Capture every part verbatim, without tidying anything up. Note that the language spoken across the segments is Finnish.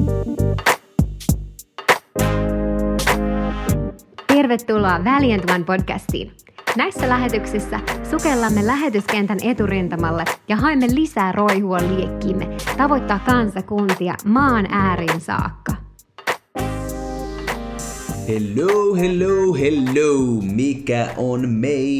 Tervetuloa Valiant One podcastiin. Näissä lähetyksissä sukellamme lähetyskentän eturintamalle ja haemme lisää roihua liekkiimme tavoittaa kansakuntia maan ääriin saakka. Hello, hello, hello, mikä on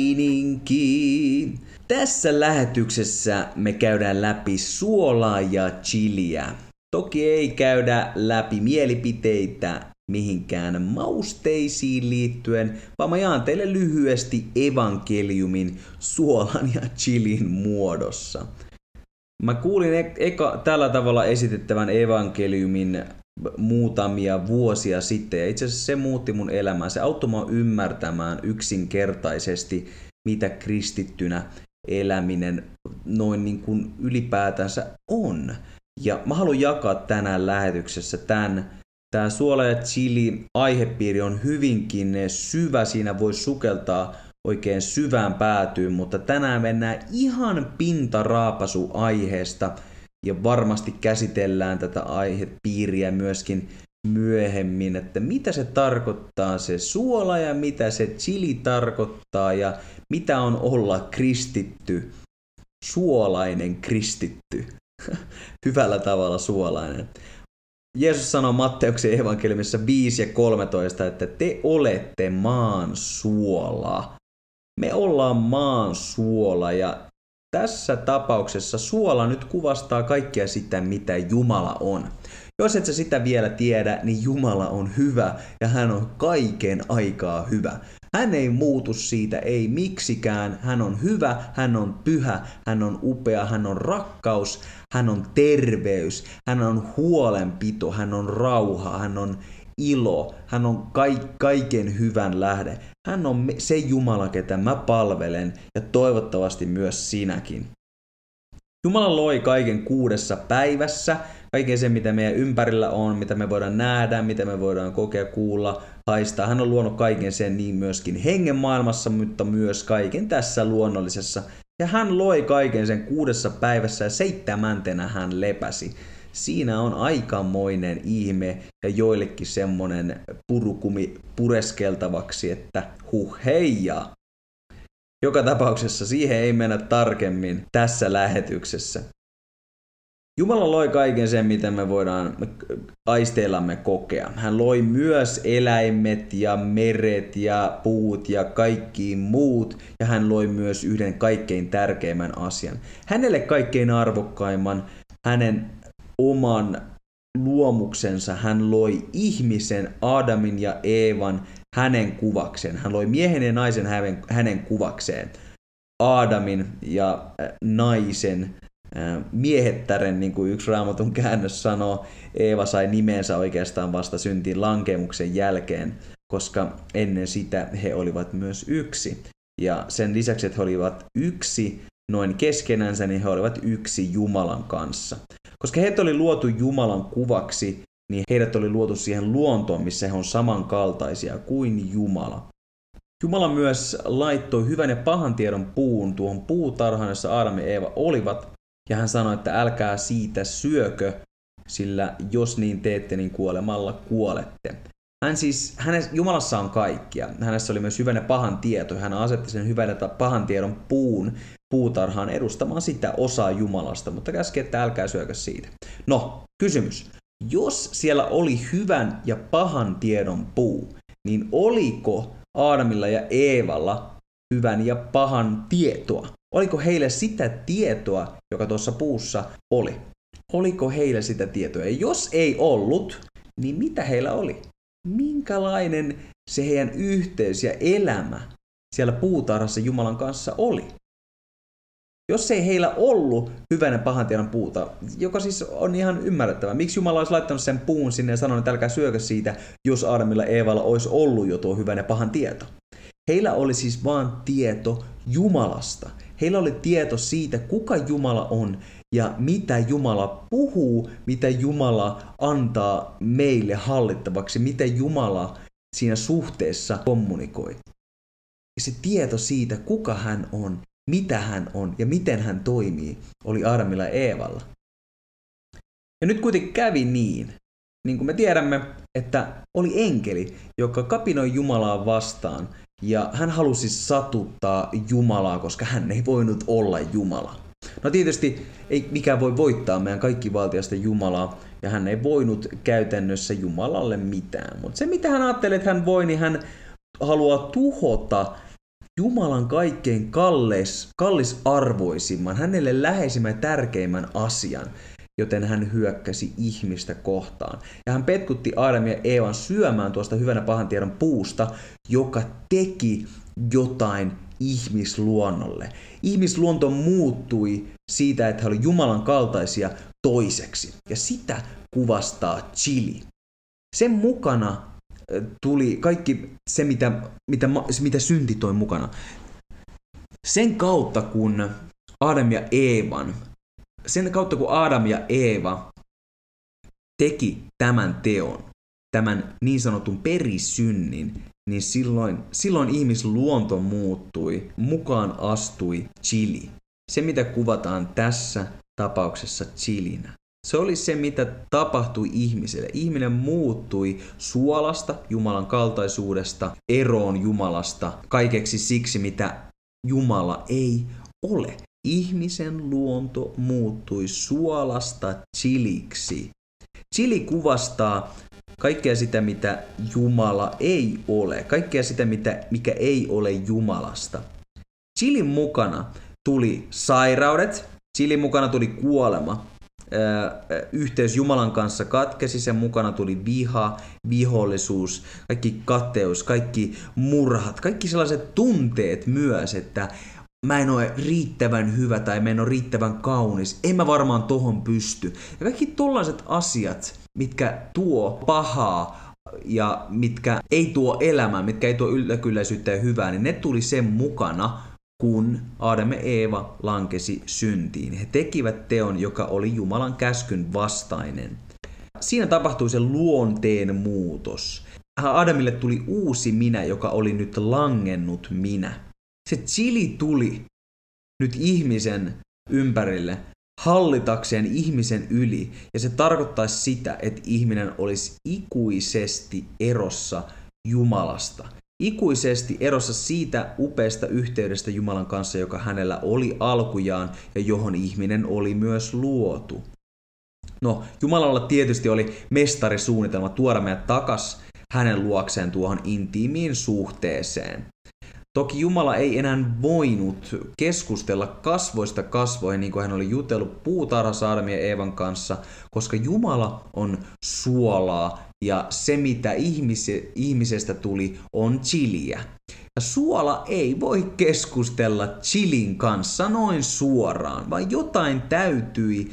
meininki? Tässä lähetyksessä me käydään läpi suolaa ja chiliä. Toki ei käydä läpi mielipiteitä mihinkään mausteisiin liittyen, vaan mä jaan teille lyhyesti evankeliumin suolan ja chilin muodossa. Mä kuulin e- eka tällä tavalla esitettävän evankeliumin muutamia vuosia sitten, ja itse asiassa se muutti mun elämää. Se auttoi mua ymmärtämään yksinkertaisesti, mitä kristittynä eläminen noin niin kuin ylipäätänsä on. Ja mä haluan jakaa tänään lähetyksessä tämän. Tämä suola ja chili aihepiiri on hyvinkin syvä, siinä voi sukeltaa oikein syvään päätyyn, mutta tänään mennään ihan pintaraapasu aiheesta ja varmasti käsitellään tätä aihepiiriä myöskin myöhemmin, että mitä se tarkoittaa se suola ja mitä se chili tarkoittaa ja mitä on olla kristitty, suolainen kristitty, hyvällä tavalla suolainen. Jeesus sanoo Matteuksen evankeliumissa viisi ja kolmetoista, että te olette maan suola. Me ollaan maan suola ja tässä tapauksessa suola nyt kuvastaa kaikkea sitä, mitä Jumala on. Jos et sä sitä vielä tiedä, niin Jumala on hyvä ja hän on kaiken aikaa hyvä. Hän ei muutu siitä, ei miksikään. Hän on hyvä, hän on pyhä, hän on upea, hän on rakkaus, hän on terveys, hän on huolenpito, hän on rauha, hän on ilo, hän on kaiken hyvän lähde. Hän on se Jumala, ketä mä palvelen ja toivottavasti myös sinäkin. Jumala loi kaiken kuudessa päivässä, kaiken sen mitä meidän ympärillä on, mitä me voidaan nähdä, mitä me voidaan kokea, kuulla, haistaa. Hän on luonut kaiken sen niin myöskin hengen maailmassa, mutta myös kaiken tässä luonnollisessa. Ja hän loi kaiken sen kuudessa päivässä ja seitsemäntenä hän lepäsi. Siinä on aikamoinen ihme ja joillekin semmonen purukumi pureskeltavaksi, että huh heija. Joka tapauksessa siihen ei mennä tarkemmin tässä lähetyksessä. Jumala loi kaiken sen, mitä me voidaan aisteillamme kokea. Hän loi myös eläimet ja meret ja puut ja kaikki muut. Ja hän loi myös yhden kaikkein tärkeimmän asian. Hänelle kaikkein arvokkaimman, hänen oman luomuksensa, hän loi ihmisen, Aadamin ja Eevan, hänen kuvakseen. Hän loi miehen ja naisen hänen, hänen kuvakseen. Aadamin ja naisen miehettären, niin kuin yksi Raamatun käännös sanoo. Eeva sai nimensä oikeastaan vasta syntiin lankemuksen jälkeen, koska ennen sitä he olivat myös yksi. Ja sen lisäksi, että he olivat yksi noin keskenänsä, niin he olivat yksi Jumalan kanssa. Koska heitä oli luotu Jumalan kuvaksi, niin heidät oli luotu siihen luontoon, missä he on samankaltaisia kuin Jumala. Jumala myös laittoi hyvän ja pahan tiedon puun tuohon puutarhaan, jossa Aadam ja Eeva olivat, ja hän sanoi, että älkää siitä syökö, sillä jos niin teette, niin kuolemalla kuolette. Hän siis, hänes, Jumalassa on kaikkia. Hänessä oli myös hyvän ja pahan tieto. Hän asetti sen hyvän ja pahan tiedon puun puutarhaan edustamaan sitä osaa Jumalasta, mutta käski, että älkää syökö siitä. No, kysymys. Jos siellä oli hyvän ja pahan tiedon puu, niin oliko Aadamilla ja Eevalla hyvän ja pahan tietoa? Oliko heille sitä tietoa, joka tuossa puussa oli? Oliko heillä sitä tietoa? Ja jos ei ollut, niin mitä heillä oli? Minkälainen se heidän yhteys ja elämä siellä puutarhassa Jumalan kanssa oli? Jos ei heillä ollut hyvän ja pahan tiedon puuta, joka siis on ihan ymmärrettävää. Miksi Jumala olisi laittanut sen puun sinne ja sanonut, että älkää syökö siitä, jos Aadamilla ja Eevalla olisi ollut jo tuo hyvän ja pahan tieto? Heillä oli siis vaan tieto Jumalasta. Heillä oli tieto siitä, kuka Jumala on ja mitä Jumala puhuu, mitä Jumala antaa meille hallittavaksi, mitä Jumala siinä suhteessa kommunikoi. Ja se tieto siitä, kuka hän on, mitä hän on ja miten hän toimii, oli Aadamilla ja Eevalla. Ja nyt kuitenkin kävi niin, niin kuin me tiedämme, että oli enkeli, joka kapinoi Jumalaa vastaan, ja hän halusi satuttaa Jumalaa, koska hän ei voinut olla Jumala. No tietysti ei mikään voi voittaa meidän kaikkivaltiasta Jumalaa, ja hän ei voinut käytännössä Jumalalle mitään. Mutta se mitä hän ajatteli, että hän voi, niin hän haluaa tuhota Jumalan kaikkein kallis, kallisarvoisimman, hänelle läheisimmän ja tärkeimmän asian, joten hän hyökkäsi ihmistä kohtaan. Ja hän petkutti Aadamin ja Eevan syömään tuosta hyvänä pahan tiedon puusta, joka teki jotain ihmisluonnolle. Ihmisluonto muuttui siitä, että he olivat Jumalan kaltaisia toiseksi. Ja sitä kuvastaa chili. Sen mukana tuli kaikki se, mitä, mitä, mitä synti toi mukana. Sen kautta, kun Aadam ja Eevan, sen kautta, kun Aadam ja Eeva teki tämän teon, tämän niin sanotun perisynnin, niin silloin, silloin ihmisluonto muuttui, mukaan astui chili. Se, mitä kuvataan tässä tapauksessa chilinä. Se oli se, mitä tapahtui ihmiselle. Ihminen muuttui suolasta, Jumalan kaltaisuudesta, eroon Jumalasta, kaikeksi siksi, mitä Jumala ei ole. Ihmisen luonto muuttui suolasta chiliksi. Chili kuvastaa kaikkea sitä, mitä Jumala ei ole. Kaikkea sitä, mitä, mikä ei ole Jumalasta. Chilin mukana tuli sairaudet. Chilin mukana tuli kuolema. Yhteys Jumalan kanssa katkesi, sen mukana tuli viha, vihollisuus, kaikki kateus, kaikki murhat, kaikki sellaiset tunteet myös, että mä en ole riittävän hyvä tai mä en ole riittävän kaunis, en mä varmaan tohon pysty. Ja kaikki tollaiset asiat, mitkä tuo pahaa ja mitkä ei tuo elämää, mitkä ei tuo ylläkylläisyyttä ja hyvää, niin ne tuli sen mukana, kun Aadam ja Eeva lankesi syntiin. He tekivät teon, joka oli Jumalan käskyn vastainen. Siinä tapahtui se luonteen muutos. Aadamille tuli uusi minä, joka oli nyt langennut minä. Se chili tuli nyt ihmisen ympärille hallitakseen ihmisen yli. Ja se tarkoittaisi sitä, että ihminen olisi ikuisesti erossa Jumalasta. Ikuisesti erossa siitä upeasta yhteydestä Jumalan kanssa, joka hänellä oli alkujaan ja johon ihminen oli myös luotu. No, Jumalalla tietysti oli mestarisuunnitelma tuoda meidät takas hänen luokseen tuohon intiimiin suhteeseen. Toki Jumala ei enää voinut keskustella kasvoista kasvoihin, niin kuin hän oli jutellut puutarhassa Aadamin ja Eevan kanssa, koska Jumala on suolaa ja se, mitä ihmise, ihmisestä tuli, on chiliä. Ja suola ei voi keskustella chilin kanssa noin suoraan, vaan jotain täytyi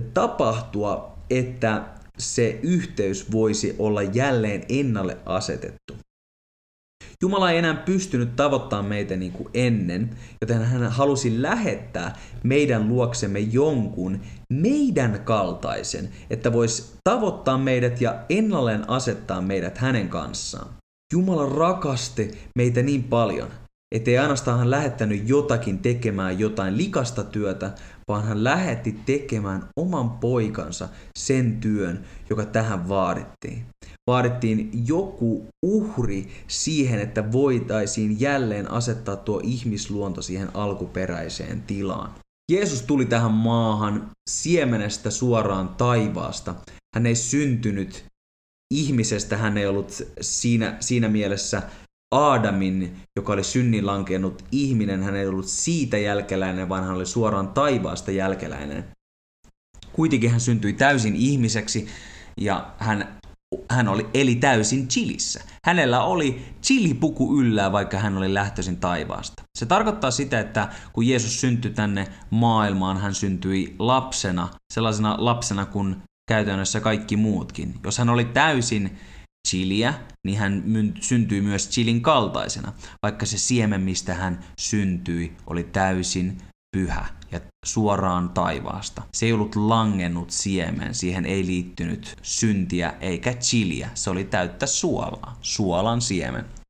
tapahtua, että se yhteys voisi olla jälleen ennalle asetettu. Jumala ei enää pystynyt tavoittamaan meitä niin kuin ennen, joten hän halusi lähettää meidän luoksemme jonkun meidän kaltaisen, että voisi tavoittaa meidät ja ennalleen asettaa meidät hänen kanssaan. Jumala rakasti meitä niin paljon, ettei ainoastaan hän lähettänyt jotakin tekemään jotain likasta työtä, vaan hän lähetti tekemään oman poikansa sen työn, joka tähän vaadittiin. Vaadittiin joku uhri siihen, että voitaisiin jälleen asettaa tuo ihmisluonto siihen alkuperäiseen tilaan. Jeesus tuli tähän maahan siemenestä suoraan taivaasta. Hän ei syntynyt ihmisestä, hän ei ollut siinä, siinä mielessä Aadamin, joka oli synnin lankennut ihminen, hän ei ollut siitä jälkeläinen, vaan hän oli suoraan taivaasta jälkeläinen. Kuitenkin hän syntyi täysin ihmiseksi ja hän, hän oli, eli täysin chilissä. Hänellä oli chilipuku yllään, vaikka hän oli lähtöisin taivaasta. Se tarkoittaa sitä, että kun Jeesus syntyi tänne maailmaan, hän syntyi lapsena, sellaisena lapsena kuin käytännössä kaikki muutkin. Jos hän oli täysin chiliä, niin hän syntyi myös chilin kaltaisena, vaikka se siemen, mistä hän syntyi, oli täysin pyhä ja suoraan taivaasta. Se ei ollut langennut siemen, siihen ei liittynyt syntiä eikä chiliä, se oli täyttä suolaa, suolan siemen.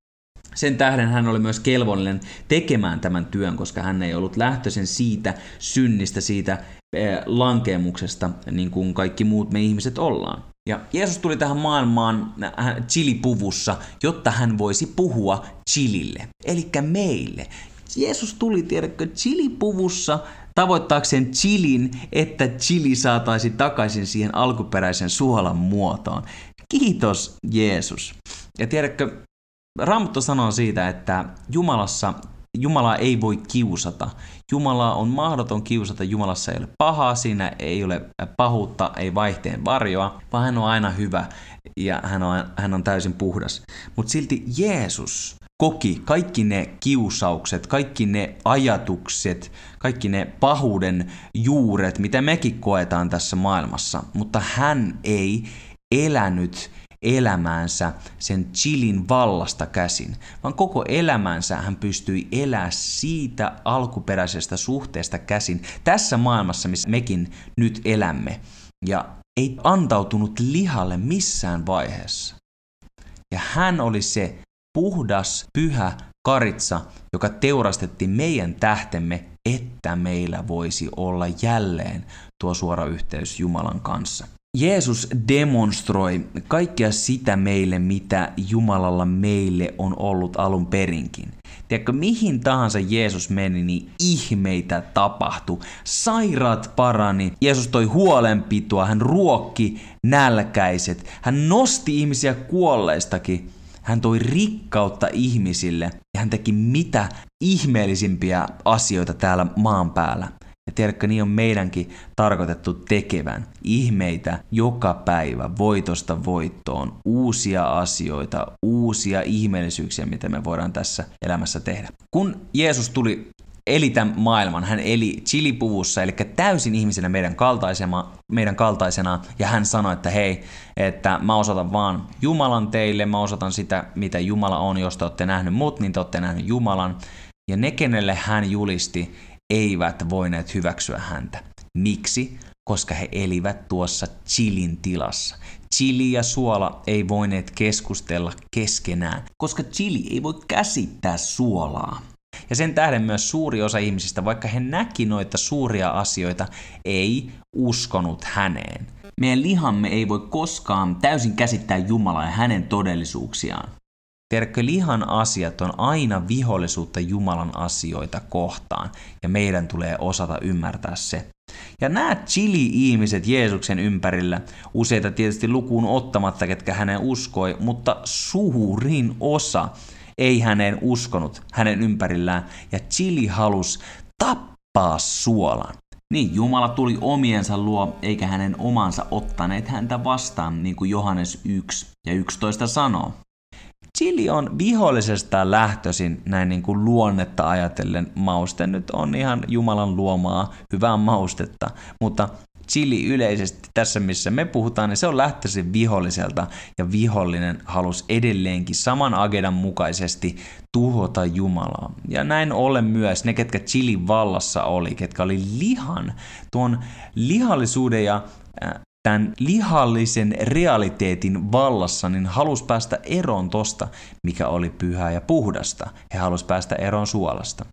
Sen tähden hän oli myös kelvollinen tekemään tämän työn, koska hän ei ollut lähtöisin siitä synnistä, siitä lankeemuksesta, niin kuin kaikki muut me ihmiset ollaan. Ja Jeesus tuli tähän maailmaan chilipuvussa, jotta hän voisi puhua chilille, eli meille. Jeesus tuli, tiedätkö, chilipuvussa tavoittaakseen chilin, että chili saataisiin takaisin siihen alkuperäisen suolan muotoon. Kiitos Jeesus. Ja tiedätkö, Raamattu sanoo siitä, että Jumalassa Jumalaa ei voi kiusata. Jumalaa on mahdoton kiusata. Jumalassa ei ole pahaa, siinä ei ole pahuutta, ei vaihteen varjoa, vaan hän on aina hyvä ja hän on, hän on täysin puhdas. Mutta silti Jeesus koki kaikki ne kiusaukset, kaikki ne ajatukset, kaikki ne pahuuden juuret, mitä mekin koetaan tässä maailmassa, mutta hän ei elänyt elämäänsä sen chilin vallasta käsin, vaan koko elämänsä hän pystyi elämään siitä alkuperäisestä suhteesta käsin tässä maailmassa, missä mekin nyt elämme, ja ei antautunut lihalle missään vaiheessa. Ja hän oli se puhdas, pyhä karitsa, joka teurastettiin meidän tähtemme, että meillä voisi olla jälleen tuo suora yhteys Jumalan kanssa. Jeesus demonstroi kaikkea sitä meille, mitä Jumalalla meille on ollut alun perinkin. Tiedätkö, mihin tahansa Jeesus meni, niin ihmeitä tapahtui. Sairaat parani. Jeesus toi huolenpitoa, hän ruokki nälkäiset. Hän nosti ihmisiä kuolleistakin. Hän toi rikkautta ihmisille ja hän teki mitä ihmeellisimpiä asioita täällä maan päällä. Ja tiedätkö, niin on meidänkin tarkoitettu tekevän ihmeitä joka päivä, voitosta voittoon, uusia asioita, uusia ihmeellisyyksiä, mitä me voidaan tässä elämässä tehdä. Kun Jeesus tuli, eli tämän maailman, hän eli chilipuvussa, eli täysin ihmisenä meidän, meidän kaltaisena, ja hän sanoi, että hei, että mä osoitan vaan Jumalan teille, mä osoitan sitä, mitä Jumala on, jos te olette nähnyt mut, niin te olette nähnyt Jumalan, ja ne, kenelle hän julisti, eivät voineet hyväksyä häntä. Miksi? Koska he elivät tuossa chilin tilassa. Chili ja suola ei voineet keskustella keskenään, koska chili ei voi käsittää suolaa. Ja sen tähden myös suuri osa ihmisistä, vaikka he näki noita suuria asioita, ei uskonut häneen. Meidän lihamme ei voi koskaan täysin käsittää Jumalaa ja hänen todellisuuksiaan. Tiedätkö, lihan asiat on aina vihollisuutta Jumalan asioita kohtaan, ja meidän tulee osata ymmärtää se. Ja nämä chili-ihmiset Jeesuksen ympärillä, useita tietysti lukuun ottamatta, ketkä hänen uskoi, mutta suurin osa ei häneen uskonut hänen ympärillään, ja chili halusi tappaa suolan. Niin, Jumala tuli omiensa luo, eikä hänen omansa ottaneet häntä vastaan, niin kuin Johannes yksi ja yksitoista sanoo. Chili on vihollisesta lähtöisin, näin niin kuin luonnetta ajatellen. Mauste nyt on ihan Jumalan luomaa hyvää maustetta, mutta chili yleisesti tässä, missä me puhutaan, niin se on lähtöisin viholliselta, ja vihollinen halusi edelleenkin saman agendan mukaisesti tuhota Jumalaa. Ja näin ollen myös ne, ketkä chilin vallassa oli, ketkä oli lihan, tuon lihallisuuden ja äh, tämän lihallisen realiteetin vallassa, niin halusi päästä eroon tosta, mikä oli pyhää ja puhdasta. He halusi päästä eroon suolasta.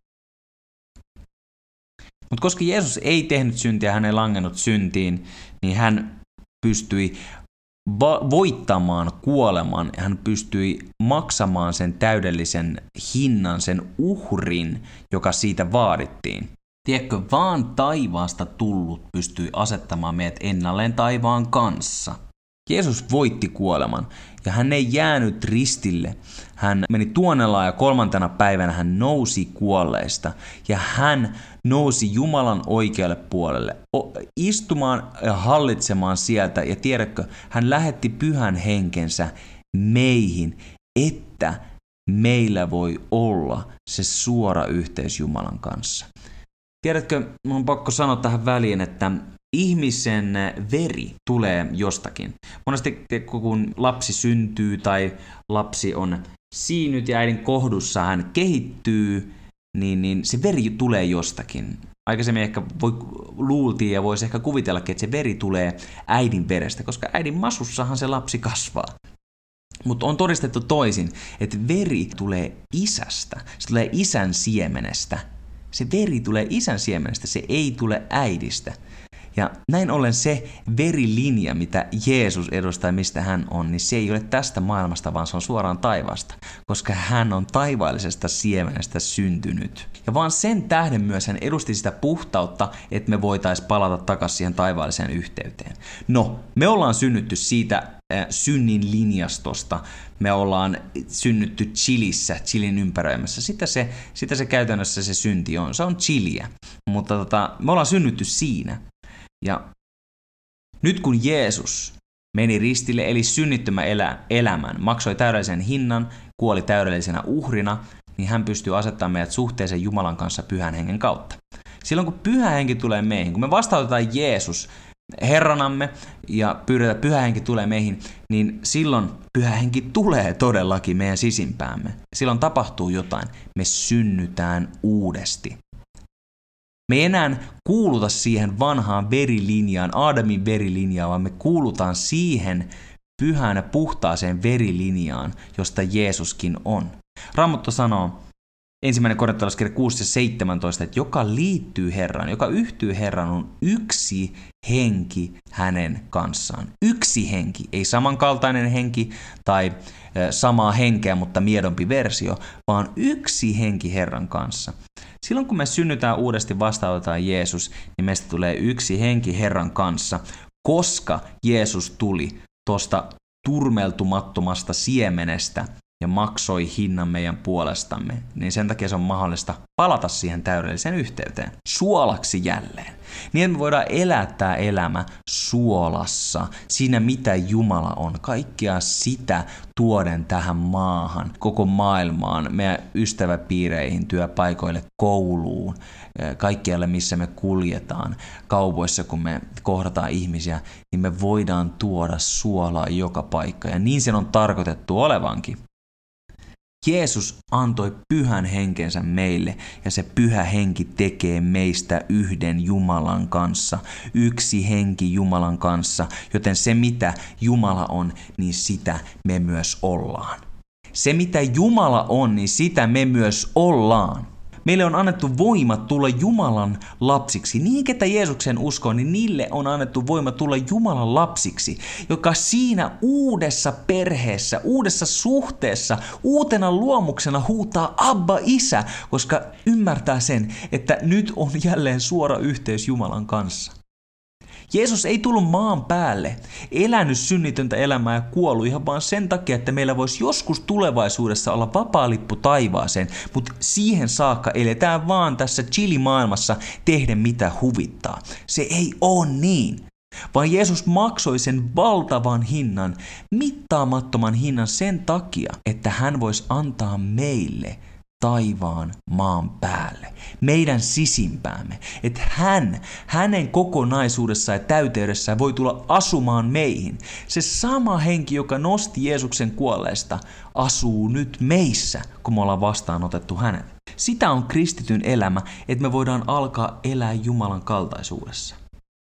Mutta koska Jeesus ei tehnyt syntiä, hän ei langennut syntiin, niin hän pystyi va- voittamaan kuoleman. Hän pystyi maksamaan sen täydellisen hinnan, sen uhrin, joka siitä vaadittiin. Tiedätkö, vaan taivaasta tullut pystyi asettamaan meidät ennalleen taivaan kanssa. Jeesus voitti kuoleman, ja hän ei jäänyt ristille. Hän meni tuonelaan, ja kolmantena päivänä hän nousi kuolleista, ja hän nousi Jumalan oikealle puolelle, istumaan ja hallitsemaan sieltä, ja tiedätkö, hän lähetti pyhän henkensä meihin, että meillä voi olla se suora yhteys Jumalan kanssa. Tiedätkö, minun on pakko sanoa tähän väliin, että ihmisen veri tulee jostakin. Monesti kun lapsi syntyy tai lapsi on siinyt ja äidin kohdussa hän kehittyy, niin, niin se veri tulee jostakin. Aikaisemmin ehkä voi, luultiin ja voisi ehkä kuvitellakin, että se veri tulee äidin verestä, koska äidin masussahan se lapsi kasvaa. Mutta on todistettu toisin, että veri tulee isästä, se tulee isän siemenestä. Se veri tulee isän siemenestä, se ei tule äidistä. Ja näin ollen se verilinja, mitä Jeesus edustaa, mistä hän on, niin se ei ole tästä maailmasta, vaan se on suoraan taivaasta, koska hän on taivaallisesta siemenestä syntynyt. Ja vaan sen tähden myös hän edusti sitä puhtautta, että me voitaisiin palata takaisin siihen taivaalliseen yhteyteen. No, me ollaan synnytty siitä äh, synnin linjastosta. Me ollaan synnytty Chilissä, Chilin ympäröimässä. Sitä se, sitä se käytännössä se synti on. Se on Chiliä. Mutta tota, me ollaan synnytty siinä. Ja nyt kun Jeesus meni ristille, eli synnittömän elä, elämän, maksoi täydellisen hinnan, kuoli täydellisenä uhrina, niin hän pystyy asettamaan meidät suhteeseen Jumalan kanssa Pyhän Hengen kautta. Silloin kun Pyhä Henki tulee meihin, kun me vastautetaan Jeesus Herranamme ja pyydetään, että Pyhä Henki tulee meihin, niin silloin Pyhä Henki tulee todellakin meidän sisimpäämme. Silloin tapahtuu jotain. Me synnytään uudesti. Me ei enää kuuluta siihen vanhaan verilinjaan, Aadamin verilinjaan, vaan me kuulutaan siihen pyhään puhtaaseen verilinjaan, josta Jeesuskin on. Raamattu sanoo, ensimmäinen korintolaiskirja kuusi ja seitsemäntoista, että joka liittyy Herraan, joka yhtyy Herraan, on yksi henki hänen kanssaan. Yksi henki, ei samankaltainen henki tai samaa henkeä, mutta miedompi versio, vaan yksi henki Herran kanssa. Silloin kun me synnytään uudesti, vastaanotetaan Jeesus, niin meistä tulee yksi henki Herran kanssa, koska Jeesus tuli tuosta turmeltumattomasta siemenestä ja maksoi hinnan meidän puolestamme, niin sen takia se on mahdollista palata siihen täydelliseen yhteyteen, suolaksi jälleen. Niin että me voidaan elää tämä elämä suolassa, siinä mitä Jumala on, kaikkea sitä tuoden tähän maahan, koko maailmaan, meidän ystäväpiireihin, työpaikoille, kouluun, kaikkialle missä me kuljetaan, kaupoissa kun me kohdataan ihmisiä, niin me voidaan tuoda suolaa joka paikka ja niin sen on tarkoitettu olevankin. Jeesus antoi pyhän henkensä meille ja se pyhä henki tekee meistä yhden Jumalan kanssa, yksi henki Jumalan kanssa, joten se mitä Jumala on, niin sitä me myös ollaan. Se mitä Jumala on, niin sitä me myös ollaan. Meille on annettu voima tulla Jumalan lapsiksi. Niin ketä Jeesuksen uskoo, niin niille on annettu voima tulla Jumalan lapsiksi, joka siinä uudessa perheessä, uudessa suhteessa, uutena luomuksena huutaa Abba Isä, koska ymmärtää sen, että nyt on jälleen suora yhteys Jumalan kanssa. Jeesus ei tullut maan päälle, elänyt synnitöntä elämää ja kuollut ihan vaan sen takia, että meillä voisi joskus tulevaisuudessa olla vapaa lippu taivaaseen, mutta siihen saakka eletään vaan tässä chilimaailmassa tehden mitä huvittaa. Se ei ole niin, vaan Jeesus maksoi sen valtavan hinnan, mittaamattoman hinnan sen takia, että hän voisi antaa meille taivaan maan päälle, meidän sisimpäämme, että hän, hänen kokonaisuudessaan ja täyteydessään voi tulla asumaan meihin. Se sama henki, joka nosti Jeesuksen kuolleesta, asuu nyt meissä, kun me ollaan vastaanotettu hänet. Sitä on kristityn elämä, että me voidaan alkaa elää Jumalan kaltaisuudessa.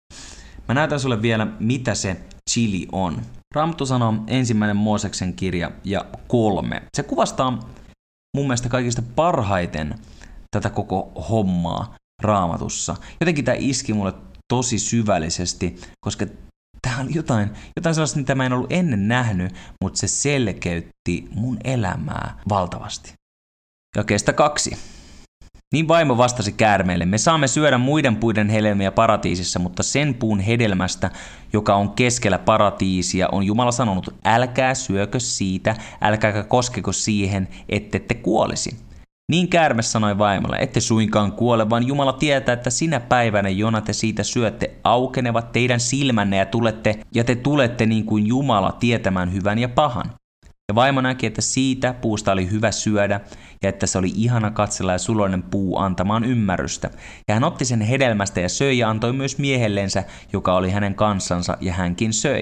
Mä näytän sulle vielä, mitä se chili on. Raamattu sanoo ensimmäinen Mooseksen kirja ja kolme. Se kuvastaa mun mielestä kaikista parhaiten tätä koko hommaa Raamatussa. Jotenkin tämä iski mulle tosi syvällisesti, koska tämä oli jotain, jotain sellaista, mitä mä en ollut ennen nähnyt, mutta se selkeytti mun elämää valtavasti. Jakeesta kaksi. Niin vaimo vastasi käärmeelle, me saamme syödä muiden puiden hedelmiä paratiisissa, mutta sen puun hedelmästä, joka on keskellä paratiisia, on Jumala sanonut, älkää syökö siitä, älkääkä koskeko siihen, ettette kuolisi. Niin käärme sanoi vaimolle, ette suinkaan kuole, vaan Jumala tietää, että sinä päivänä, jona te siitä syötte, aukenevat teidän silmänne ja, tulette, ja te tulette niin kuin Jumala tietämään hyvän ja pahan. Ja vaimo näki, että siitä puusta oli hyvä syödä ja että se oli ihana katsella ja suloinen puu antamaan ymmärrystä. Ja hän otti sen hedelmästä ja söi ja antoi myös miehellensä, joka oli hänen kanssansa, ja hänkin söi.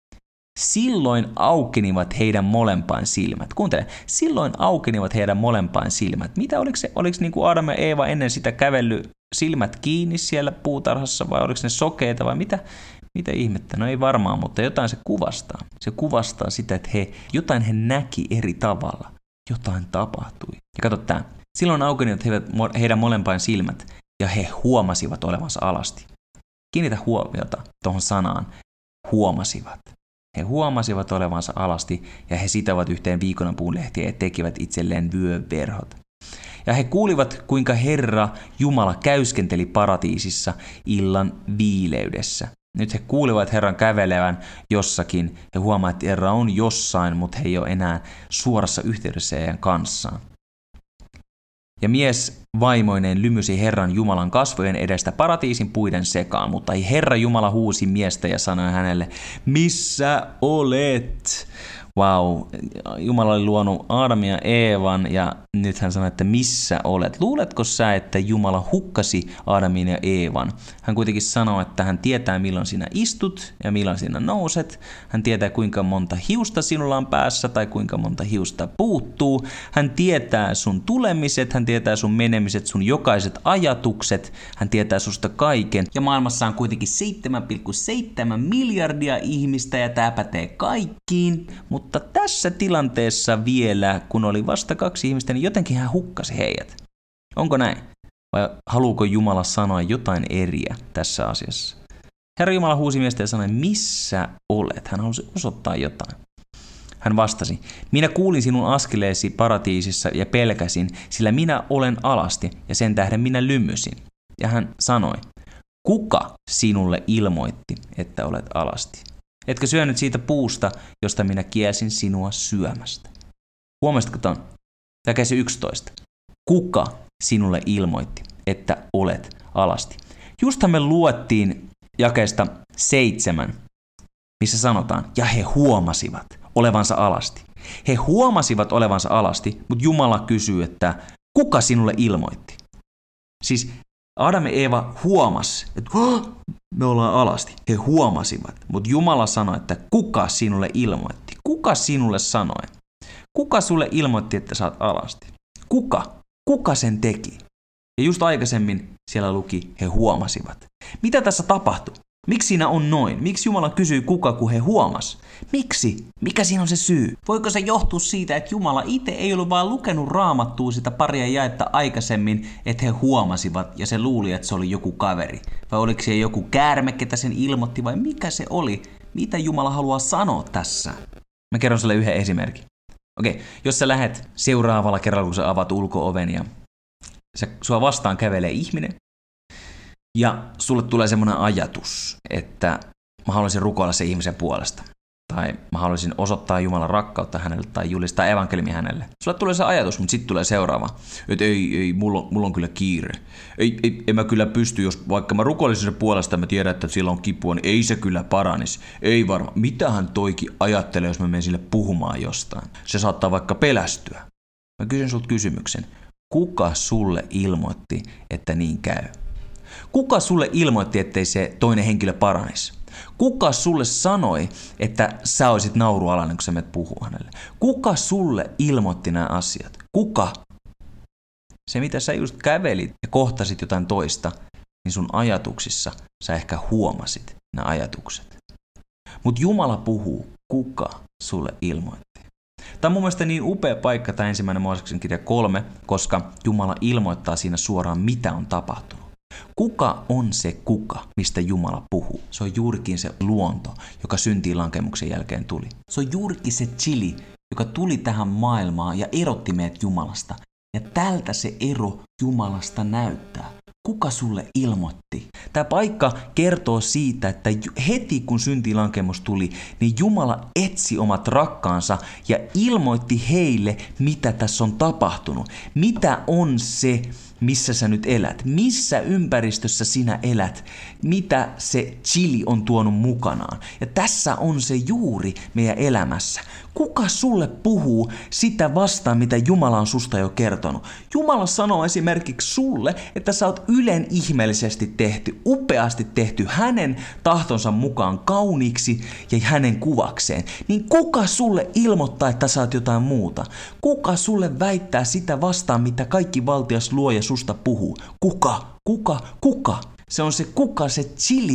Silloin aukenivat heidän molempain silmät. Kuuntele, silloin aukenivat heidän molempain silmät. Mitä oliko se? Oliko niin kuin Adam ja Eeva ennen sitä kävellyt silmät kiinni siellä puutarhassa vai oliko ne sokeita vai mitä? Mitä ihmettä? No ei varmaan, mutta jotain se kuvastaa. Se kuvastaa sitä, että he, jotain he näki eri tavalla. Jotain tapahtui. Ja kato tää. Silloin aukenivat heidän molempain silmät ja he huomasivat olevansa alasti. Kiinnitä huomiota tuohon sanaan. Huomasivat. He huomasivat olevansa alasti ja he sitovat yhteen viikonappuun lehtiä ja tekivät itselleen vyöverhot. Ja he kuulivat, kuinka Herra Jumala käyskenteli paratiisissa illan viileydessä. Nyt he kuulivat Herran kävelevän jossakin ja huomaavat, että Herra on jossain, mutta he ei ole enää suorassa yhteydessä heidän kanssaan. Ja mies vaimoineen lymysi Herran Jumalan kasvojen edestä paratiisin puiden sekaan, mutta ei Herra Jumala huusi miestä ja sanoi hänelle, missä olet? Vau, wow. Jumala oli luonut Aadamin ja Eevan ja nyt hän sanoi, että missä olet? Luuletko sä, että Jumala hukkasi Aadamin ja Eevan? Hän kuitenkin sanoi, että hän tietää milloin sinä istut ja milloin sinä nouset. Hän tietää kuinka monta hiusta sinulla on päässä tai kuinka monta hiusta puuttuu. Hän tietää sun tulemiset, hän tietää sun menemiset, sun jokaiset ajatukset. Hän tietää susta kaiken. Ja maailmassa on kuitenkin seitsemän pilkku seitsemän miljardia ihmistä ja tää pätee kaikkiin. Mutta tässä tilanteessa vielä, kun oli vasta kaksi ihmistä, niin jotenkin hän hukkasi heidät. Onko näin? Vai haluuko Jumala sanoa jotain eriä tässä asiassa? Herra Jumala huusi miestä ja sanoi, missä olet? Hän halusi osoittaa jotain. Hän vastasi, minä kuulin sinun askeleesi paratiisissa ja pelkäsin, sillä minä olen alasti ja sen tähden minä lymysin. Ja hän sanoi, kuka sinulle ilmoitti, että olet alasti? Etkö syönyt siitä puusta, josta minä kiesin sinua syömästä? Huomasitko ton? Jakeessa yksitoista. Kuka sinulle ilmoitti, että olet alasti? Justhan me luettiin jakeesta seitsemän, missä sanotaan, ja he huomasivat olevansa alasti. He huomasivat olevansa alasti, mutta Jumala kysyy, että kuka sinulle ilmoitti? Siis Adam ja Eeva huomasi, että me ollaan alasti. He huomasivat, mutta Jumala sanoi, että kuka sinulle ilmoitti? Kuka sinulle sanoi? Kuka sulle ilmoitti, että sä oot alasti? Kuka? Kuka sen teki? Ja just aikaisemmin siellä luki, he huomasivat. Mitä tässä tapahtui? Miksi siinä on noin? Miksi Jumala kysyi kuka, kun he huomas? Miksi? Mikä siinä on se syy? Voiko se johtua siitä, että Jumala itse ei ollut vaan lukenut raamattua sitä paria jaetta aikaisemmin, että he huomasivat ja se luuli, että se oli joku kaveri? Vai oliko se joku käärme, ketä sen ilmoitti vai mikä se oli? Mitä Jumala haluaa sanoa tässä? Mä kerron sulle yhden esimerkin. Okei, jos sä lähet seuraavalla kerralla, kun sä avaat ulko-oven ja se, sua vastaan kävelee ihminen, ja sulle tulee semmoinen ajatus, että mä haluaisin rukoilla sen ihmisen puolesta. Tai mä haluaisin osoittaa Jumalan rakkautta hänelle tai julistaa evankeliumia hänelle. Sulle tulee se ajatus, mutta sitten tulee seuraava. Että ei, ei, mulla on, mulla on kyllä kiire. Ei, ei, en mä kyllä pysty, jos vaikka mä rukoilisin sen puolesta ja mä tiedän, että sillä on kipua, niin ei se kyllä paranisi. Ei varmaan. Mitähän toikin ajattelee, jos mä menen sille puhumaan jostain? Se saattaa vaikka pelästyä. Mä kysyn sulta kysymyksen. Kuka sulle ilmoitti, että niin käy? Kuka sulle ilmoitti, ettei se toinen henkilö paranisi? Kuka sulle sanoi, että sä olisit naurualainen, kun sä menet puhua hänelle? Kuka sulle ilmoitti nämä asiat? Kuka? Se, mitä sä just kävelit ja kohtasit jotain toista, niin sun ajatuksissa sä ehkä huomasit nämä ajatukset. Mutta Jumala puhuu, kuka sulle ilmoitti. Tämä on mun mielestä niin upea paikka, tämä ensimmäinen Mooseksen kirja kolme, koska Jumala ilmoittaa siinä suoraan, mitä on tapahtunut. Kuka on se kuka, mistä Jumala puhuu? Se on juurikin se luonto, joka syntiin lankemuksen jälkeen tuli. Se on juurikin se chili, joka tuli tähän maailmaan ja erotti meidät Jumalasta. Ja tältä se ero Jumalasta näyttää. Kuka sulle ilmoitti? Tämä paikka kertoo siitä, että heti kun syntilankemus tuli, niin Jumala etsi omat rakkaansa ja ilmoitti heille, mitä tässä on tapahtunut. Mitä on se, missä sä nyt elät? Missä ympäristössä sinä elät? Mitä se chili on tuonut mukanaan? Ja tässä on se juuri meidän elämässä. Kuka sulle puhuu sitä vastaan, mitä Jumala on susta jo kertonut? Jumala sanoo esimerkiksi sulle, että sä oot ylen ihmeellisesti tehty, upeasti tehty hänen tahtonsa mukaan kauniiksi ja hänen kuvakseen. Niin kuka sulle ilmoittaa, että sä oot jotain muuta? Kuka sulle väittää sitä vastaan, mitä kaikki valtias luoja susta puhuu? Kuka? Kuka? Kuka? Se on se kuka, se chili,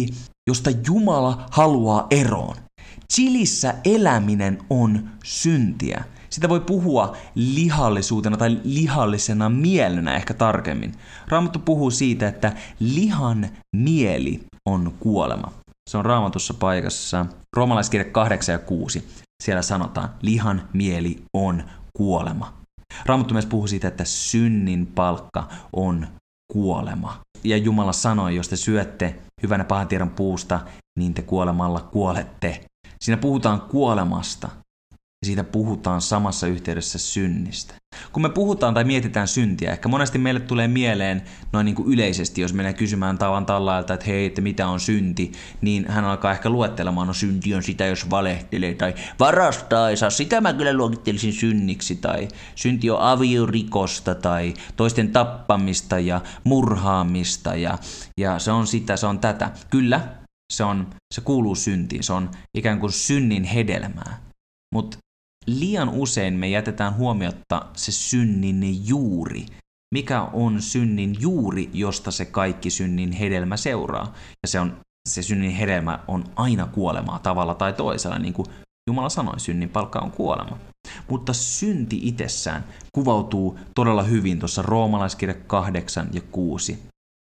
josta Jumala haluaa eroon. Chilissä eläminen on syntiä. Sitä voi puhua lihallisuutena tai lihallisena mielenä ehkä tarkemmin. Raamattu puhuu siitä, että lihan mieli on kuolema. Se on Raamatussa paikassa Roomalaiskirja kahdeksan ja kuusi. Siellä sanotaan, lihan mieli on kuolema. Raamattu myös puhuu siitä, että synnin palkka on kuolema. Ja Jumala sanoi, jos te syötte hyvänä pahan tiedon puusta, niin te kuolemalla kuolette. Siinä puhutaan kuolemasta. Ja siitä puhutaan samassa yhteydessä synnistä. Kun me puhutaan tai mietitään syntiä, ehkä monesti meille tulee mieleen noin niin kuin yleisesti, jos menee kysymään tavan tallailta, että hei, että mitä on synti, niin hän alkaa ehkä luettelemaan, no synti on sitä, jos valehtelee, tai varastaa ei saa, sitä mä kyllä luokittelisin synniksi, tai synti on aviorikosta, tai toisten tappamista ja murhaamista, ja, ja se on sitä, se on tätä. Kyllä, se, on, se kuuluu syntiin, se on ikään kuin synnin hedelmää, mutta liian usein me jätetään huomiotta se synnin juuri. Mikä on synnin juuri, josta se kaikki synnin hedelmä seuraa? Ja se, on, se synnin hedelmä on aina kuolemaa tavalla tai toisella, niin kuin Jumala sanoi, synnin palkka on kuolema. Mutta synti itsessään kuvautuu todella hyvin tuossa Roomalaiskirja kahdeksan ja kuusi.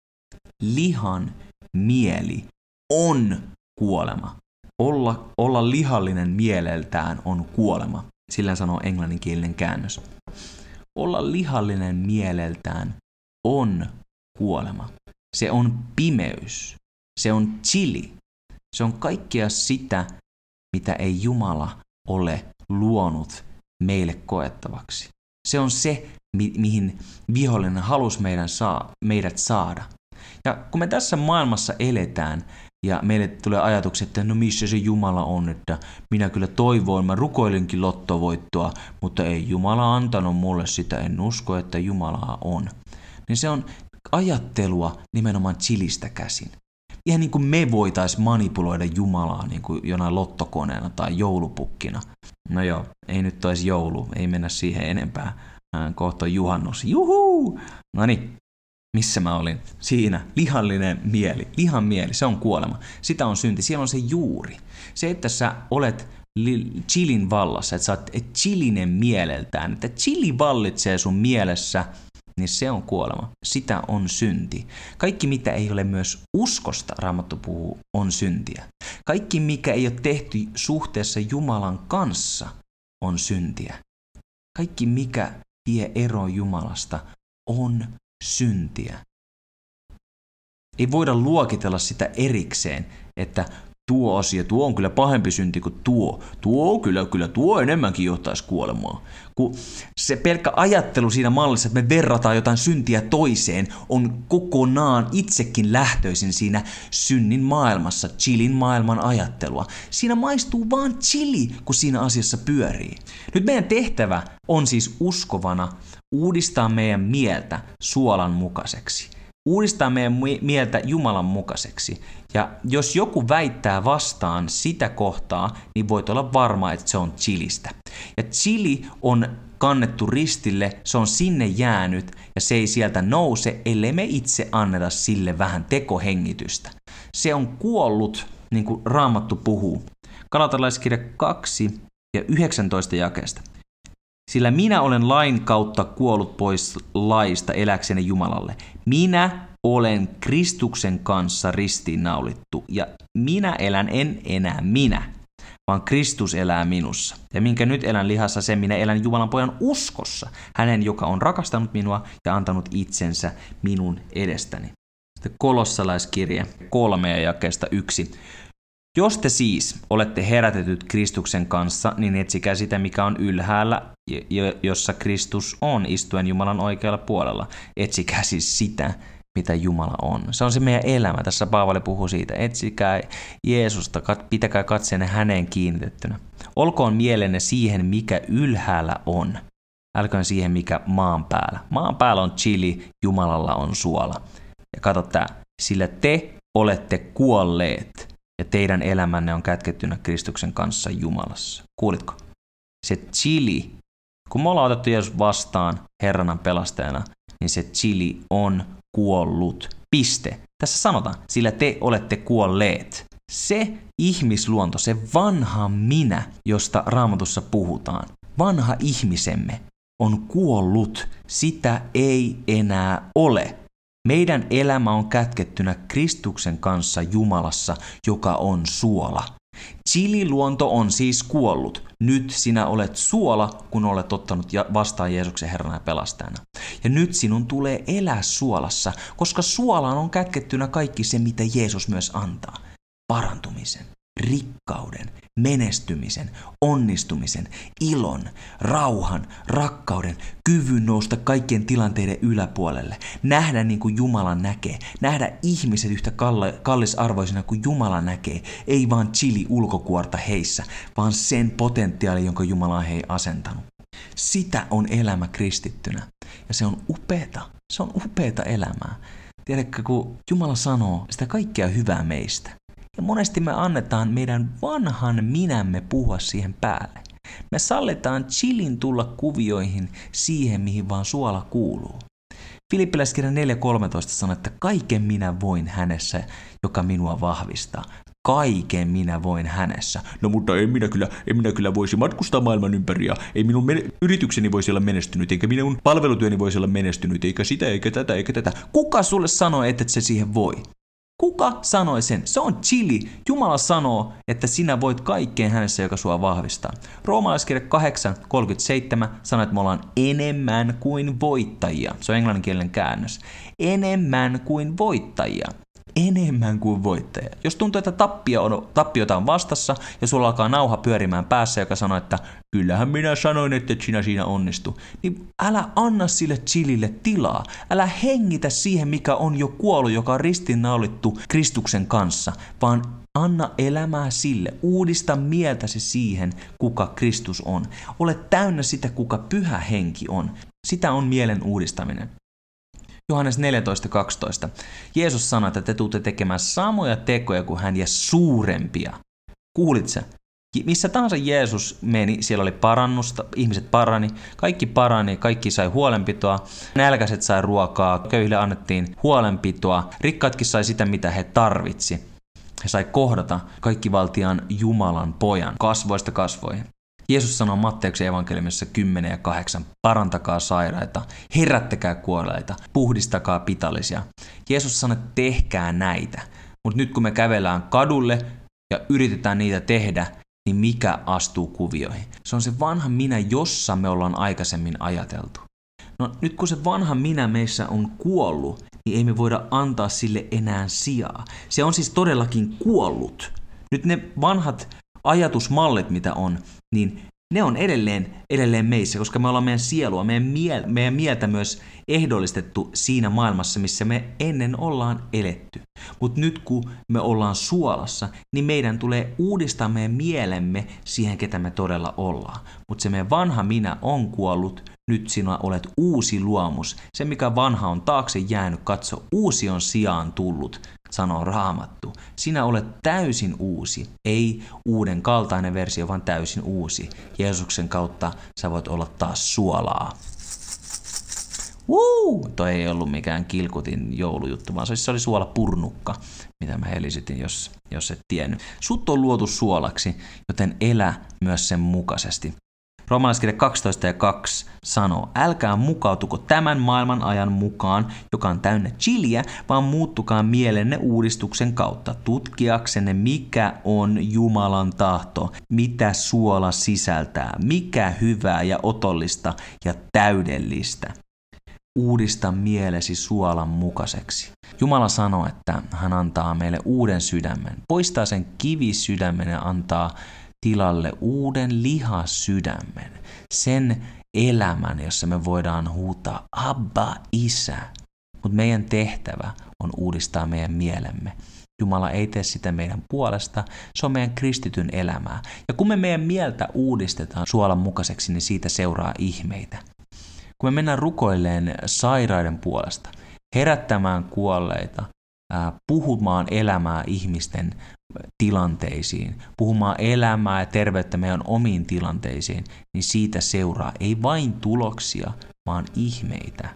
Lihan mieli on kuolema. Olla, olla lihallinen mieleltään on kuolema. Sillä sanoo englanninkielinen käännös. Olla lihallinen mieleltään on kuolema. Se on pimeys. Se on chili. Se on kaikkea sitä, mitä ei Jumala ole luonut meille koettavaksi. Se on se, mi- mihin vihollinen halusi meidän saa, meidät saada. Ja kun me tässä maailmassa eletään, ja meille tulee ajatukset, että no missä se Jumala on, että minä kyllä toivoin, mä rukoilinkin lottovoittoa, mutta ei Jumala antanut mulle sitä, en usko, että Jumalaa on. Niin se on ajattelua nimenomaan chilistä käsin. Ihan niin kuin me voitaisiin manipuloida Jumalaa niin kuin jonain lottokoneena tai joulupukkina. No joo, ei nyt toisi joulu, ei mennä siihen enempää. Kohta on juhannus. Juhuu! No niin. Missä mä olin? Siinä. Lihallinen mieli. Lihan mieli, se on kuolema. Sitä on synti. Siellä on se juuri. Se, että sä olet li- chilin vallassa, että sä oot chilinen mieleltään, että chili vallitsee sun mielessä, niin se on kuolema. Sitä on synti. Kaikki, mitä ei ole myös uskosta, Raamattu puhuu, on syntiä. Kaikki, mikä ei ole tehty suhteessa Jumalan kanssa, on syntiä. Kaikki, mikä vie eroon Jumalasta, on syntiä. Ei voida luokitella sitä erikseen, että tuo asia, tuo on kyllä pahempi synti kuin tuo. Tuo on kyllä, kyllä tuo enemmänkin johtaisi kuolemaan. Kun se pelkkä ajattelu siinä mallissa, että me verrataan jotain syntiä toiseen, on kokonaan itsekin lähtöisin siinä synnin maailmassa, chilin maailman ajattelua. Siinä maistuu vaan chili, kun siinä asiassa pyörii. Nyt meidän tehtävä on siis uskovana uudistaa meidän mieltä suolan mukaiseksi. Uudistaa meidän mieltä Jumalan mukaiseksi. Ja jos joku väittää vastaan sitä kohtaa, niin voit olla varma, että se on chilistä. Ja chili on kannettu ristille, se on sinne jäänyt ja se ei sieltä nouse, ellei me itse anneta sille vähän tekohengitystä. Se on kuollut, niin kuin Raamattu puhuu. Galatalaiskirja kaksi ja yhdeksäntoista jakeesta. Sillä minä olen lain kautta kuollut pois laista eläkseni Jumalalle. Minä olen Kristuksen kanssa ristiinnaulittu ja minä elän en enää minä, vaan Kristus elää minussa. Ja minkä nyt elän lihassa, sen minä elän Jumalan pojan uskossa, hänen, joka on rakastanut minua ja antanut itsensä minun edestäni. Sitten Kolossalaiskirje kolme ja jakeesta yksi. Jos te siis olette herätetyt Kristuksen kanssa, niin etsikää sitä, mikä on ylhäällä, jossa Kristus on istuen Jumalan oikealla puolella. Etsikää siis sitä, mitä Jumala on. Se on se meidän elämä. Tässä Paavali puhuu siitä. Etsikää Jeesusta, pitäkää katseenne häneen kiinnitettynä. Olkoon mielenne siihen, mikä ylhäällä on. Älköön siihen, mikä maan päällä. Maan päällä on chili, Jumalalla on suola. Ja katso tää. Sillä te olette kuolleet. Ja teidän elämänne on kätkettynä Kristuksen kanssa Jumalassa. Kuulitko? Se chili, kun me ollaan otettu Jeesus vastaan Herranan pelastajana, niin se chili on kuollut. Piste. Tässä sanotaan, sillä te olette kuolleet. Se ihmisluonto, se vanha minä, josta Raamatussa puhutaan, vanha ihmisemme on kuollut, sitä ei enää ole. Meidän elämä on kätkettynä Kristuksen kanssa Jumalassa, joka on suola. Chililuonto on siis kuollut. Nyt sinä olet suola, kun olet ottanut vastaan Jeesuksen Herrana ja pelastajana. Ja nyt sinun tulee elää suolassa, koska suolaan on kätkettynä kaikki se, mitä Jeesus myös antaa. Parantumisen, rikkauden, menestymisen, onnistumisen, ilon, rauhan, rakkauden, kyvyn nousta kaikkien tilanteiden yläpuolelle, nähdä niin kuin Jumala näkee, nähdä ihmiset yhtä kallisarvoisina kuin Jumala näkee, ei vaan chili ulkokuorta heissä, vaan sen potentiaali, jonka Jumala on hei asentanut. Sitä on elämä kristittynä ja se on upeata, se on upeata elämää. Tiedätkö, kun Jumala sanoo sitä kaikkea hyvää meistä. Ja monesti me annetaan meidän vanhan minämme puhua siihen päälle. Me sallitaan chilin tulla kuvioihin siihen, mihin vaan suola kuuluu. Filippiläiskirja neljä kolmetoista sanoo, että kaiken minä voin hänessä, joka minua vahvistaa. Kaiken minä voin hänessä. No mutta en minä kyllä, en minä kyllä voisi matkustaa maailman ympäri ja ei minun men- yritykseni voisi olla menestynyt, eikä minun palvelutyöni voisi olla menestynyt, eikä sitä, eikä tätä, eikä tätä. Kuka sulle sanoi, että et se siihen voi? Kuka sanoi sen? Se on chili. Jumala sanoo, että sinä voit kaikkeen hänessä, joka sua vahvistaa. Roomalaiskirja kahdeksan kolmekymmentäseitsemän sanoo, että me ollaan enemmän kuin voittajia. Se on englanninkielinen käännös. Enemmän kuin voittajia. Enemmän kuin voittajia. Jos tuntuu, että tappio on, tappiota on vastassa ja sulla alkaa nauha pyörimään päässä, joka sanoo, että kyllähän minä sanoin, että sinä siinä onnistu, niin älä anna sille chilille tilaa. Älä hengitä siihen, mikä on jo kuollut, joka on ristiinnaulittu Kristuksen kanssa, vaan anna elämää sille. Uudista mieltäsi siihen, kuka Kristus on. Ole täynnä sitä, kuka Pyhä Henki on. Sitä on mielen uudistaminen. Johannes neljätoista kaksitoista. Jeesus sanoi, että te tuutte tekemään samoja tekoja kuin hän ja suurempia. Kuulit sä? Missä tahansa Jeesus meni, siellä oli parannusta, ihmiset parani, kaikki parani, kaikki sai huolenpitoa, nälkäiset sai ruokaa, köyhille annettiin huolenpitoa, rikkaatkin sai sitä, mitä he tarvitsi. He sai kohdata kaikkivaltiaan Jumalan pojan kasvoista kasvoihin. Jeesus sanoo Matteuksen evankeliumissa kymmenen ja kahdeksan, parantakaa sairaita, herättäkää kuolleita, puhdistakaa pitallisia. Jeesus sanoo, että tehkää näitä, mutta nyt kun me kävellään kadulle ja yritetään niitä tehdä, niin mikä astuu kuvioihin? Se on se vanha minä, jossa me ollaan aikaisemmin ajateltu. No nyt kun se vanha minä meissä on kuollut, niin ei me voida antaa sille enää sijaa. Se on siis todellakin kuollut. Nyt ne vanhat ajatusmallit, mitä on, niin ne on edelleen, edelleen meissä, koska me ollaan meidän sielua, meidän, mie- meidän mieltä myös ehdollistettu siinä maailmassa, missä me ennen ollaan eletty. Mutta nyt kun me ollaan suolassa, niin meidän tulee uudistaa meidän mielemme siihen, ketä me todella ollaan. Mutta se meidän vanha minä on kuollut, nyt sinä olet uusi luomus. Se, mikä vanha on taakse jäänyt, katso, uusi on sijaan tullut, sanoo Raamattu. Sinä olet täysin uusi, ei uuden kaltainen versio, vaan täysin uusi. Jeesuksen kautta sä voit olla taas suolaa. Woo! Toi ei ollut mikään kilkutin joulujuttu, vaan se oli suolapurnukka, mitä mä helisytin, jos, jos et tiennyt. Sut on luotu suolaksi, joten elä myös sen mukaisesti. Roomalaiskirja kaksitoista ja kaksi sanoo, älkää mukautuko tämän maailman ajan mukaan, joka on täynnä chiliä, vaan muuttukaa mielenne uudistuksen kautta, tutkiaksenne mikä on Jumalan tahto, mitä suola sisältää, mikä hyvää ja otollista ja täydellistä. Uudista mielesi suolan mukaiseksi. Jumala sanoo, että hän antaa meille uuden sydämen, poistaa sen kivisydämen ja antaa tilalle uuden lihasydämen, sen elämän, jossa me voidaan huutaa Abba, Isä. Mutta meidän tehtävä on uudistaa meidän mielemme. Jumala ei tee sitä meidän puolesta, se on meidän kristityn elämää. Ja kun me meidän mieltä uudistetaan suolan mukaiseksi, niin siitä seuraa ihmeitä. Kun me mennään rukoilleen sairaiden puolesta, herättämään kuolleita, puhumaan elämää ihmisten tilanteisiin, puhumaan elämää ja terveyttä meidän omiin tilanteisiin, niin siitä seuraa ei vain tuloksia, vaan ihmeitä.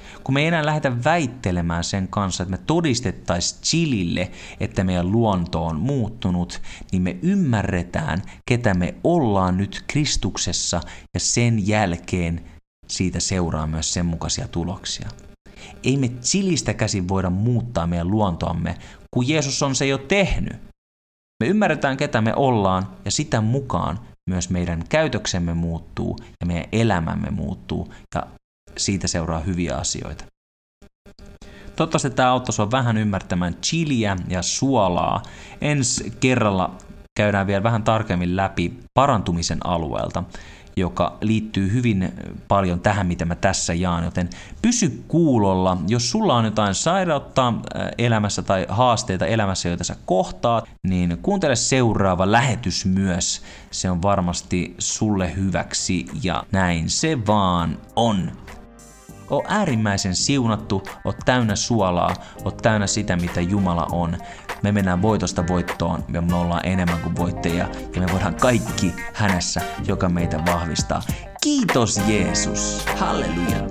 Kun me ei enää lähdetä väittelemään sen kanssa, että me todistettaisiin Chilille, että meidän luonto on muuttunut, niin me ymmärretään, ketä me ollaan nyt Kristuksessa ja sen jälkeen siitä seuraa myös sen mukaisia tuloksia. Ei me Chilistä käsin voida muuttaa meidän luontoamme, kun Jeesus on se jo tehnyt. Me ymmärretään, ketä me ollaan ja sitä mukaan myös meidän käytöksemme muuttuu ja meidän elämämme muuttuu ja siitä seuraa hyviä asioita. Toivottavasti tämä auttoi sinua vähän ymmärtämään chiliä ja suolaa. Ensi kerralla käydään vielä vähän tarkemmin läpi parantumisen alueelta, joka liittyy hyvin paljon tähän, mitä mä tässä jaan, joten pysy kuulolla. Jos sulla on jotain sairautta elämässä tai haasteita elämässä, joita sä kohtaat, niin kuuntele seuraava lähetys myös. Se on varmasti sulle hyväksi ja näin se vaan on. Oo äärimmäisen siunattu, oot täynnä suolaa, oot täynnä sitä, mitä Jumala on. Me mennään voitosta voittoon ja me ollaan enemmän kuin voittajia ja me voidaan kaikki hänessä, joka meitä vahvistaa. Kiitos Jeesus! Halleluja!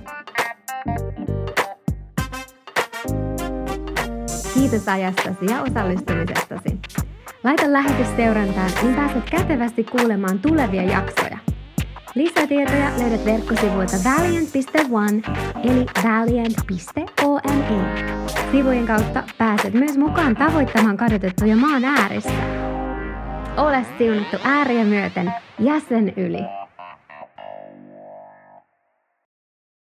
Kiitos ajastasi ja osallistumisestasi. Laita lähetys seurantaan, niin pääset kätevästi kuulemaan tulevia jaksoja. Lisätietoja löydät verkkosivuilta valiant piste one eli valiant piste one. Sivujen kautta pääset myös mukaan tavoittamaan kadotettuja maan äärissä. Ole siunattu ääriä myöten ja sen yli.